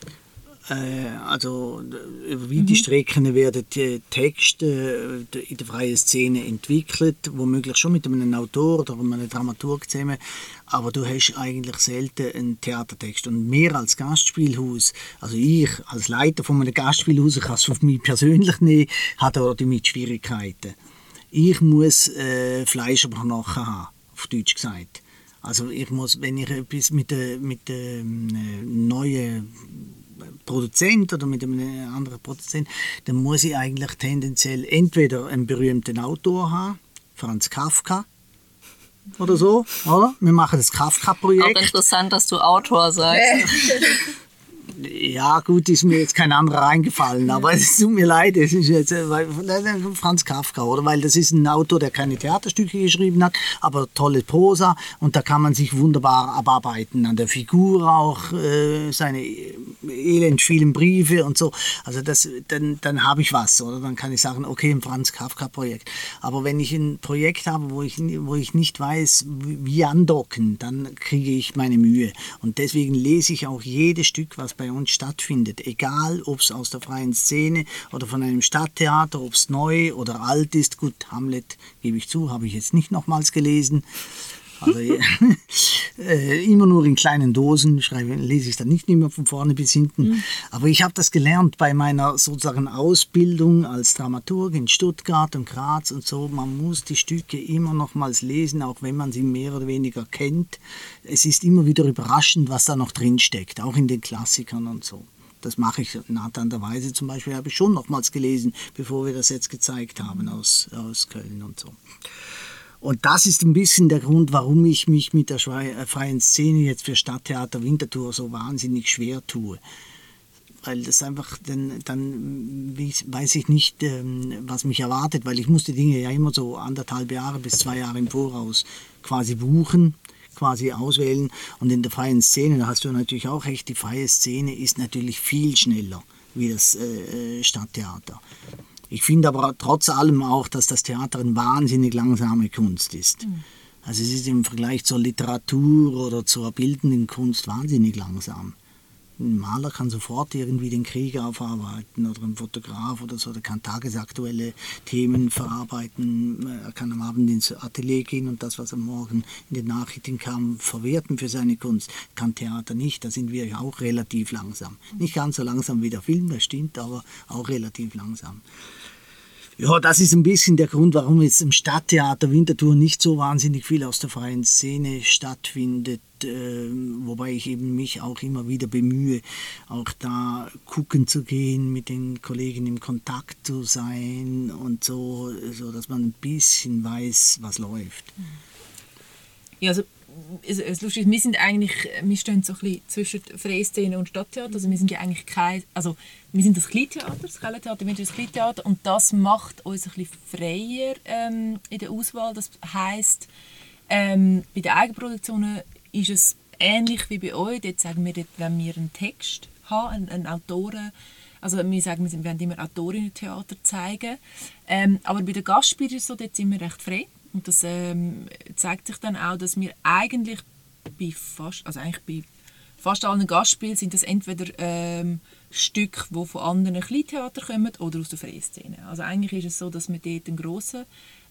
S4: Also über weite Strecken werden die Texte in der freien Szene entwickelt, womöglich schon mit einem Autor oder einem Dramaturg zusammen, aber du hast eigentlich selten einen Theatertext. Und mehr als Gastspielhaus, also ich als Leiter von einem Gastspielhaus, ich kann es auf mich persönlich nehmen, hat damit Schwierigkeiten. Ich muss äh, Fleisch aber nachher haben, auf Deutsch gesagt. Also ich muss, wenn ich etwas mit der mit der, äh, neuen Produzent oder mit einem anderen Produzent, dann muss ich eigentlich tendenziell entweder einen berühmten Autor haben, Franz Kafka oder so, oder? Wir machen das Kafka-Projekt.
S3: Auch interessant, dass du Autor sagst.
S4: Ja, gut, ist mir jetzt kein anderer eingefallen, aber es tut mir leid, es ist jetzt äh, Franz Kafka, oder? Weil das ist ein Autor, der keine Theaterstücke geschrieben hat, aber tolle Prosa, und da kann man sich wunderbar abarbeiten, an der Figur auch, äh, seine elend vielen Briefe und so. Also das, dann, dann habe ich was, oder? Dann kann ich sagen, okay, ein Franz Kafka-Projekt. Aber wenn ich ein Projekt habe, wo ich, wo ich nicht weiß, wie andocken, dann kriege ich meine Mühe. Und deswegen lese ich auch jedes Stück, was bei uns stattfindet, egal ob es aus der freien Szene oder von einem Stadttheater, ob es neu oder alt ist. Gut, Hamlet, gebe ich zu, habe ich jetzt nicht nochmals gelesen. Also, äh, immer nur in kleinen Dosen, schreibe, lese ich dann nicht immer von vorne bis hinten. Mhm. Aber ich habe das gelernt bei meiner sozusagen Ausbildung als Dramaturg in Stuttgart und Graz und so. Man muss die Stücke immer nochmals lesen, auch wenn man sie mehr oder weniger kennt. Es ist immer wieder überraschend, was da noch drin steckt, auch in den Klassikern und so. Das mache ich. Nathan der Weise zum Beispiel habe ich schon nochmals gelesen, bevor wir das jetzt gezeigt haben aus, aus Köln und so. Und das ist ein bisschen der Grund, warum ich mich mit der freien Szene jetzt für Stadttheater Winterthur so wahnsinnig schwer tue. Weil das einfach, dann, dann weiß ich nicht, was mich erwartet, weil ich muss die Dinge ja immer so anderthalb Jahre bis zwei Jahre im Voraus quasi buchen, quasi auswählen. Und in der freien Szene, da hast du natürlich auch recht, die freie Szene ist natürlich viel schneller wie das äh, Stadttheater. Ich finde aber trotz allem auch, dass das Theater eine wahnsinnig langsame Kunst ist. Mhm. Also es ist im Vergleich zur Literatur oder zur bildenden Kunst wahnsinnig langsam. Ein Maler kann sofort irgendwie den Krieg aufarbeiten oder ein Fotograf oder so, der kann tagesaktuelle Themen verarbeiten. Er kann am Abend ins Atelier gehen und das, was am Morgen in den Nachrichten kam, verwerten für seine Kunst. Kann Theater nicht, da sind wir ja auch relativ langsam. Nicht ganz so langsam wie der Film, das stimmt, aber auch relativ langsam. Ja, das ist ein bisschen der Grund, warum jetzt im Stadttheater Winterthur nicht so wahnsinnig viel aus der freien Szene stattfindet, äh, wobei ich eben mich auch immer wieder bemühe, auch da gucken zu gehen, mit den Kollegen im Kontakt zu sein und so, so dass man ein bisschen weiß, was läuft.
S2: Ja, also es ist lustig, wir sind eigentlich, wir stehen so ein bisschen zwischen Freiszene und Stadttheater, also wir sind ja eigentlich kein, also wir sind das Kleintheater, das Kellertheater, wir sind das Kleintheater und das macht uns ein bisschen freier ähm, in der Auswahl, das heisst, Ähm, bei den Eigenproduktionen ist es ähnlich wie bei euch. Dort sagen wir, dort, wenn wir einen Text haben, einen, einen Autoren, also wir sagen, wir wollen immer Autorinnen-Theater zeigen. Ähm, aber bei den Gastspielen ist es so, dort sind wir recht frei. Und das ähm, zeigt sich dann auch, dass wir eigentlich bei fast, also eigentlich bei fast allen Gastspielen sind das entweder ähm, Stücke, die von anderen Kleintheatern kommen oder aus der freien Szene. Also eigentlich ist es so, dass wir dort einen grossen,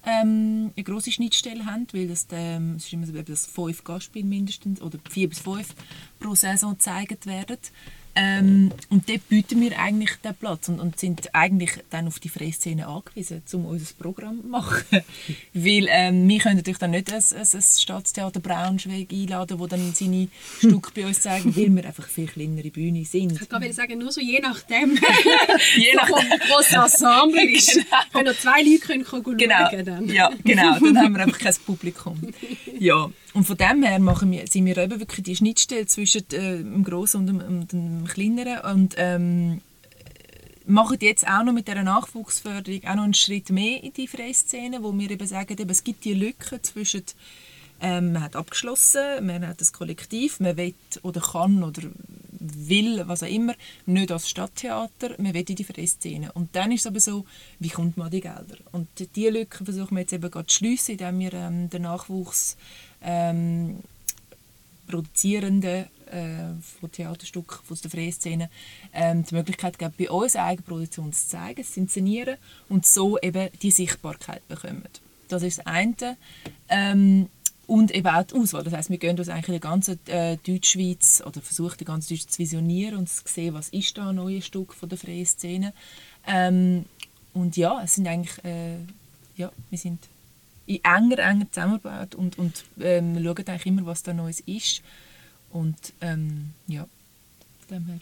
S2: ähm, eine grosse Schnittstelle haben, weil das, ähm, es ist immer so, dass fünf Gastspiele mindestens oder vier bis fünf pro Saison gezeigt werden. Ähm, und dort bieten wir eigentlich den Platz und, und sind eigentlich dann auf die freie Szene angewiesen, um unser Programm zu machen. Weil ähm, wir können natürlich dann nicht ein, ein, ein Staatstheater Braunschweig einladen, das dann seine Stücke bei uns zeigen, weil wir einfach viel kleinere Bühne sind.
S1: Ich kann sagen, nur so je nachdem,
S2: je nachdem,
S1: wie groß das Ensemble ist.
S2: Genau.
S1: Wenn noch zwei Leute können, können schauen
S2: genau.
S1: dann.
S2: Ja, genau, dann haben wir einfach kein Publikum. Ja. Und von dem her machen wir, sind wir eben wirklich die Schnittstelle zwischen äh, dem Grossen und dem, und dem Kleineren und ähm, machen jetzt auch noch mit dieser Nachwuchsförderung auch noch einen Schritt mehr in die freie Szene, wo wir eben sagen, eben, es gibt die Lücke zwischen ähm, man hat abgeschlossen, man hat ein Kollektiv, man will oder kann oder will, was auch immer, nicht als Stadttheater, man will in die freie Szene. Und dann ist es aber so, wie kommt man an die Gelder? Und diese Lücke versuchen wir jetzt eben gerade zu schliessen, indem wir ähm, den Nachwuchs ähm, Produzierenden äh, von Theaterstücken aus der freien Szene ähm, die Möglichkeit geben, bei uns Eigenproduktion zu zeigen, zu inszenieren und so eben die Sichtbarkeit bekommen. Das ist das eine. Ähm, und eben auch die Auswahl. Das heisst, wir gehen uns eigentlich in der ganzen äh, Deutschschweiz oder versuchen, die ganze Deutschschweiz zu visionieren und zu sehen, was ist da ein neues Stück von der freien Szene. Ähm, und ja, es sind eigentlich, äh, ja, wir sind in enger, enger Zusammenarbeit und, und ähm, wir schauen eigentlich immer, was da Neues ist. Und ähm, ja, von dem her.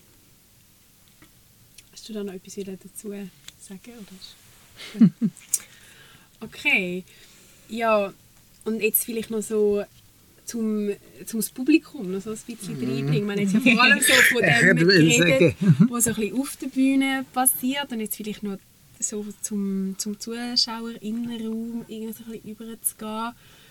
S1: Hast du da noch etwas dazu sagen? Oder? Okay. Ja, und jetzt vielleicht noch so zum, zum Publikum noch so ein bisschen reinbringen. Man hat jetzt ja vor allem so von dem geredet, was so ein bisschen auf der Bühne passiert und jetzt vielleicht noch so zum, zum ZuschauerInnenraum irgendwie so ein bisschen überzugehen.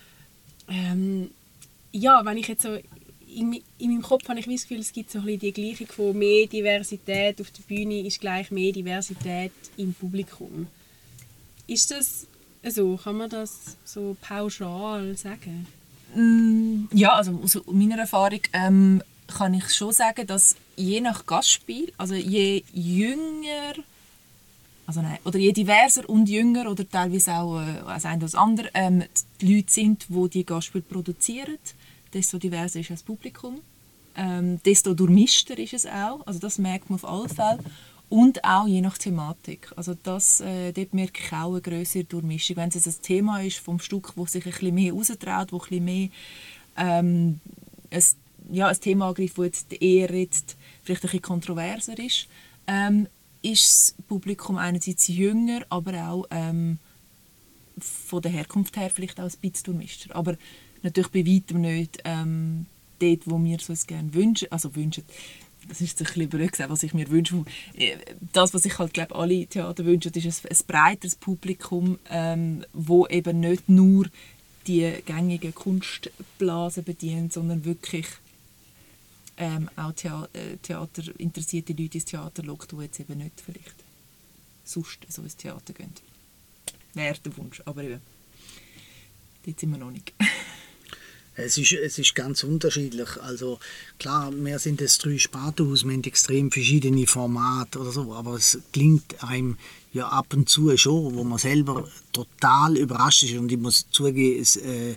S1: Ähm, ja, wenn ich jetzt so in, in meinem Kopf habe ich das Gefühl, es gibt so ein bisschen die Gleichung von mehr Diversität auf der Bühne ist gleich mehr Diversität im Publikum. Ist das so? Kann man das so pauschal sagen?
S2: Ja, also aus meiner Erfahrung ähm, kann ich schon sagen, dass je nach Gastspiel, also je jünger Also nein, oder je diverser und jünger oder teilweise auch äh, als ein oder das andere ähm, die Leute sind, die die Gastspiele produzieren, desto diverser ist das Publikum, ähm, desto durchmischter ist es auch. Also das merkt man auf alle Fälle. Und auch je nach Thematik. Also das, äh, dort merke ich auch eine grössere Durchmischung. Wenn es jetzt ein Thema ist vom Stück, das sich ein bisschen mehr raustraut, wo ein bisschen mehr ähm, ein, ja, ein Thema angreift, das jetzt eher jetzt vielleicht ein bisschen kontroverser ist, ähm, ist das Publikum einerseits jünger, aber auch ähm, von der Herkunft her vielleicht auch ein bisschen durchmischter. Aber natürlich bei weitem nicht ähm, dort, wo wir es uns gerne wünschen. Also wünschen, das ist ein bisschen blöd gesagt, was ich mir wünsche. Das, was ich halt glaube, alle Theater wünschen, ist ein, ein breiteres Publikum, ähm, wo eben nicht nur die gängigen Kunstblasen bedient, sondern wirklich Ähm, auch Thea- äh, Theater, interessierte Leute ins Theater lockt, die jetzt eben nicht vielleicht sonst so ins Theater gehen. Wäre der Wunsch, aber eben, dort sind wir noch nicht.
S4: Es ist, es ist ganz unterschiedlich. Also klar, wir sind das drei Spartenhaus, wir haben extrem verschiedene Formate oder so, aber es klingt einem ja ab und zu schon, wo man selber total überrascht ist. Und ich muss zugeben, es, äh,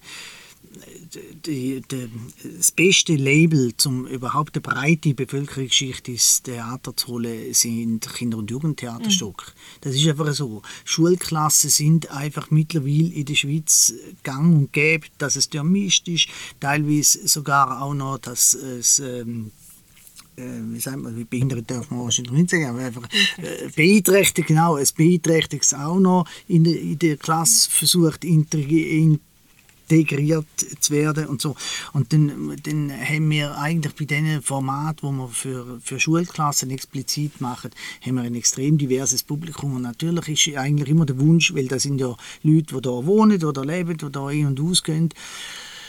S4: Die, die, das beste Label, um überhaupt eine breite Bevölkerungsschicht ins Theater zu holen, sind Kinder- und Jugendtheaterstücke. Mhm. Das ist einfach so. Schulklassen sind einfach mittlerweile in der Schweiz gang und gäbe, dass es durchmischt ist, teilweise sogar auch noch, dass es ähm, wie sagt man, wie behindert darf man wahrscheinlich nicht sagen, aber einfach äh, beeinträchtigt, genau, ein beeinträchtigtes auch noch in der, in der Klasse versucht integriert integriert zu werden und so. Und dann, dann haben wir eigentlich bei diesen Formaten, die wir für, für Schulklassen explizit machen, haben wir ein extrem diverses Publikum. Und natürlich ist eigentlich immer der Wunsch, weil das sind ja Leute, die hier wohnen oder leben oder hier ein- und ausgehen,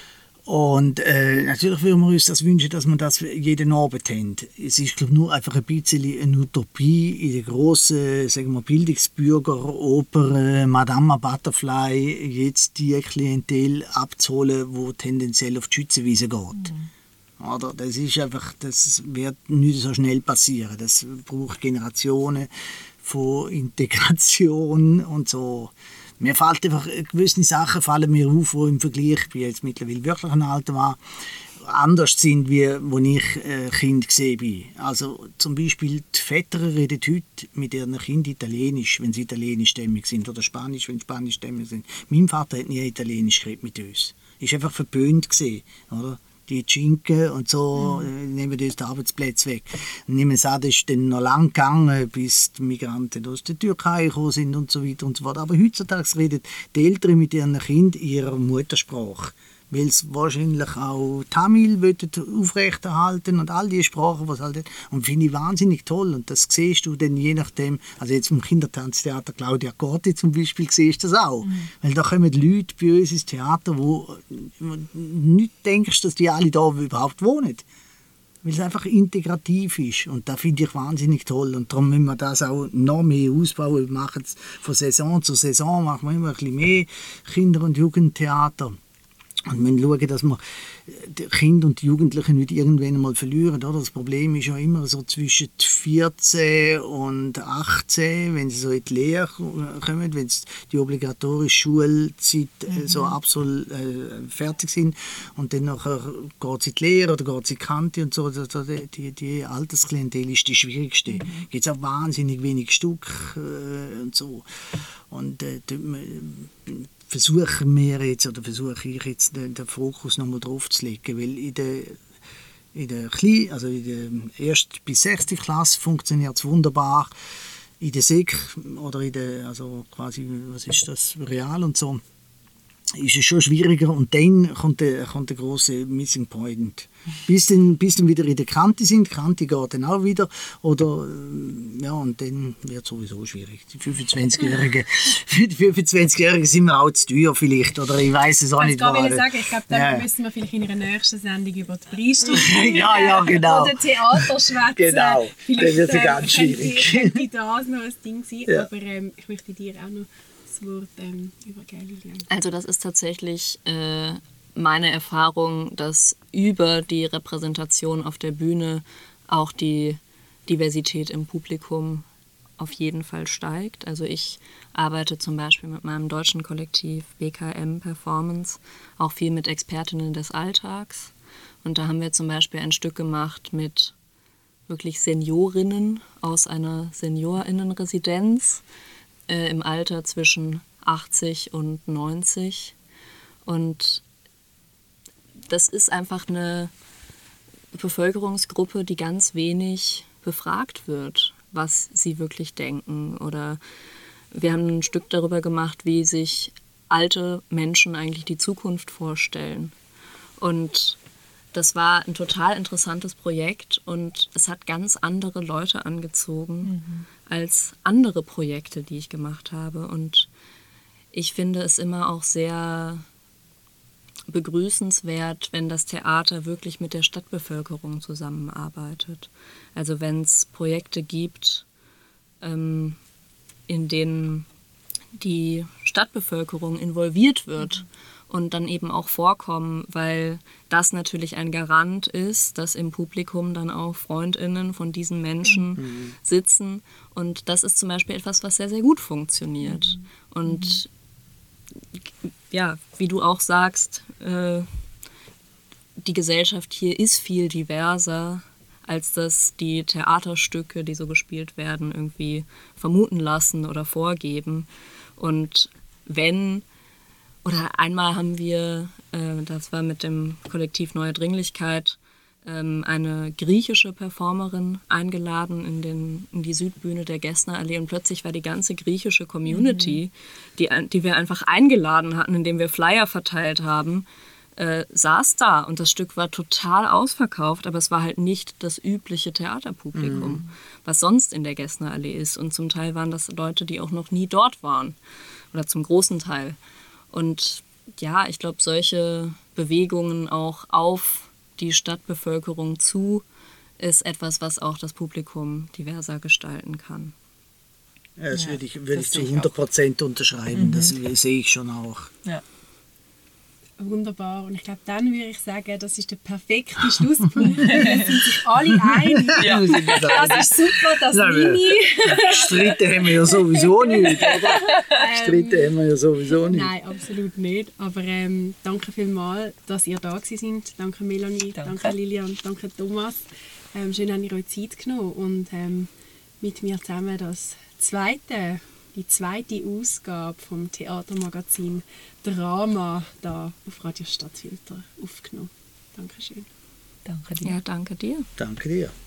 S4: Und äh, natürlich würden wir uns das wünschen, dass man das jeden Abend haben. Es ist, glaube ich, nur einfach ein bisschen eine Utopie in der grossen, sagen wir, Bildungsbürgeroper Madame Butterfly jetzt die Klientel abzuholen, die tendenziell auf die Schützenwiese geht. Mhm. Oder? Das ist einfach, das wird nicht so schnell passieren. Das braucht Generationen von Integration und so. Mir fällt einfach, gewisse Sachen fallen mir auf, die im Vergleich, ich bin jetzt mittlerweile wirklich ein Alter war, anders sind, wie als ich äh, Kind gesehen war. Also zum Beispiel die Väter reden heute mit ihren Kindern Italienisch, wenn sie italienischstämmig sind, oder Spanisch, wenn sie spanischstämmig sind. Mein Vater hat nie Italienisch geredet mit uns. Ist einfach verpönt gesehen, oder? Die Schinken und so, mhm. nehmen uns die Arbeitsplätze weg. Und nehmen es an, das ist dann noch lang gegangen, bis die Migranten aus der Türkei gekommen sind und so weiter und so fort. Aber heutzutage reden die Eltern mit ihren Kindern ihrer Muttersprache. Weil sie wahrscheinlich auch Tamil aufrechterhalten und all die Sprachen, was halt. Und finde ich wahnsinnig toll. Und das siehst du dann je nachdem, also jetzt im Kindertanztheater Claudia Corti zum Beispiel, siehst du das auch. Mhm. Weil da kommen Leute bei uns ins Theater, wo du nicht denkst, dass die alle da überhaupt wohnen. Weil es einfach integrativ ist. Und das finde ich wahnsinnig toll. Und darum müssen wir das auch noch mehr ausbauen. Wir machen es von Saison zu Saison, machen wir immer ein bisschen mehr Kinder- und Jugendtheater. Und wir müssen schauen, dass wir die Kinder und die Jugendlichen nicht irgendwann einmal verlieren. Oder? Das Problem ist ja immer so zwischen vierzehn und achtzehn, wenn sie so in die Lehre kommen, wenn sie die obligatorische Schulzeit mhm. so absol äh, fertig sind. Und dann nachher geht sie in die Lehre oder geht sie in die Kante und so. Also die, die Altersklientel ist die schwierigste. Mhm. Es gibt auch wahnsinnig wenig Stück äh, und so. Und äh, versuchen wir jetzt, oder versuche ich jetzt den, den Fokus nochmal drauf zu legen, weil in der, in der, Klein-, also in der ersten bis sechsten Klasse funktioniert es wunderbar, in der Sek oder in der, also quasi, was ist das, Real und so, ist es schon schwieriger und dann kommt der, kommt der große Missing Point. Bis dann, bis dann wieder in der Kante sind, die Kante geht dann auch wieder, oder, ja, und dann wird es sowieso schwierig. Die fünfundzwanzigjährigen, für die fünfundzwanzigjährigen sind wir auch zu teuer vielleicht, oder ich weiß es auch nicht.
S1: Ich will sagen, ich glaube, da ja. müssen wir vielleicht in einer nächsten Sendung über die Preisstruktur
S4: ja, ja, genau.
S1: oder Theater schwätzen.
S4: Genau,
S1: vielleicht,
S4: dann wird es ganz schwierig.
S1: Könnte das noch ein Ding sein,
S4: ja.
S1: aber ähm, ich möchte dir auch noch das Wort ähm, übergeben.
S3: Also das ist tatsächlich äh, meine Erfahrung, dass über die Repräsentation auf der Bühne auch die Diversität im Publikum auf jeden Fall steigt. Also ich arbeite zum Beispiel mit meinem deutschen Kollektiv B K M Performance auch viel mit Expertinnen des Alltags. Und da haben wir zum Beispiel ein Stück gemacht mit wirklich Seniorinnen aus einer Seniorinnenresidenz äh, im Alter zwischen achtzig und neunzig. Und das ist einfach eine Bevölkerungsgruppe, die ganz wenig befragt wird, was sie wirklich denken. Oder wir haben ein Stück darüber gemacht, wie sich alte Menschen eigentlich die Zukunft vorstellen. Und das war ein total interessantes Projekt und es hat ganz andere Leute angezogen mhm. als andere Projekte, die ich gemacht habe. Und ich finde es immer auch sehr begrüßenswert, wenn das Theater wirklich mit der Stadtbevölkerung zusammenarbeitet. Also wenn es Projekte gibt, ähm, in denen die Stadtbevölkerung involviert wird mhm. und dann eben auch vorkommen, weil das natürlich ein Garant ist, dass im Publikum dann auch FreundInnen von diesen Menschen mhm. sitzen. Und das ist zum Beispiel etwas, was sehr, sehr gut funktioniert. Mhm. Und ja, wie du auch sagst, äh, die Gesellschaft hier ist viel diverser, als dass die Theaterstücke, die so gespielt werden, irgendwie vermuten lassen oder vorgeben. Und wenn, oder einmal haben wir, äh, das war mit dem Kollektiv Neue Dringlichkeit, ähm, eine griechische Performerin eingeladen in, den, in die Südbühne der Gessnerallee und plötzlich war die ganze griechische Community, mhm. die, die wir einfach eingeladen hatten, indem wir Flyer verteilt haben, äh, saß da und das Stück war total ausverkauft, aber es war halt nicht das übliche Theaterpublikum, mhm. was sonst in der Gessnerallee ist. Und zum Teil waren das Leute, die auch noch nie dort waren oder zum großen Teil. Und ja, ich glaube, solche Bewegungen auch auf die Stadtbevölkerung zu, ist etwas, was auch das Publikum diverser gestalten kann.
S4: Ja, das
S2: Ja,
S4: würde ich, würde
S2: das
S4: ich
S2: sehe
S4: zu
S2: ich
S4: hundert Prozent unterschreiben.
S2: Mhm.
S4: Das sehe ich schon auch.
S2: Ja.
S1: Wunderbar. Und ich glaube, dann würde ich sagen, das ist der perfekte Schlusspunkt. Wir sind sich alle einig.
S2: Ja.
S4: Wir sind uns einig.
S1: Das ist super, das
S4: Nein, wir-
S1: Mini.
S4: Stritten haben wir ja sowieso nicht, oder? Stritten haben wir ja sowieso nicht.
S1: Nein, absolut nicht. Aber ähm, danke vielmals, dass ihr da gewesen seid. Danke Melanie, danke,
S2: Danke.
S1: Lilian, danke Thomas. Ähm, schön, dass ihr euch Zeit genommen und ähm, mit mir zusammen das zweite, die zweite Ausgabe vom Theatermagazin Drama da auf Radio Stadtfilter aufgenommen. Dankeschön.
S2: Danke dir.
S3: Ja, danke dir.
S4: Danke dir.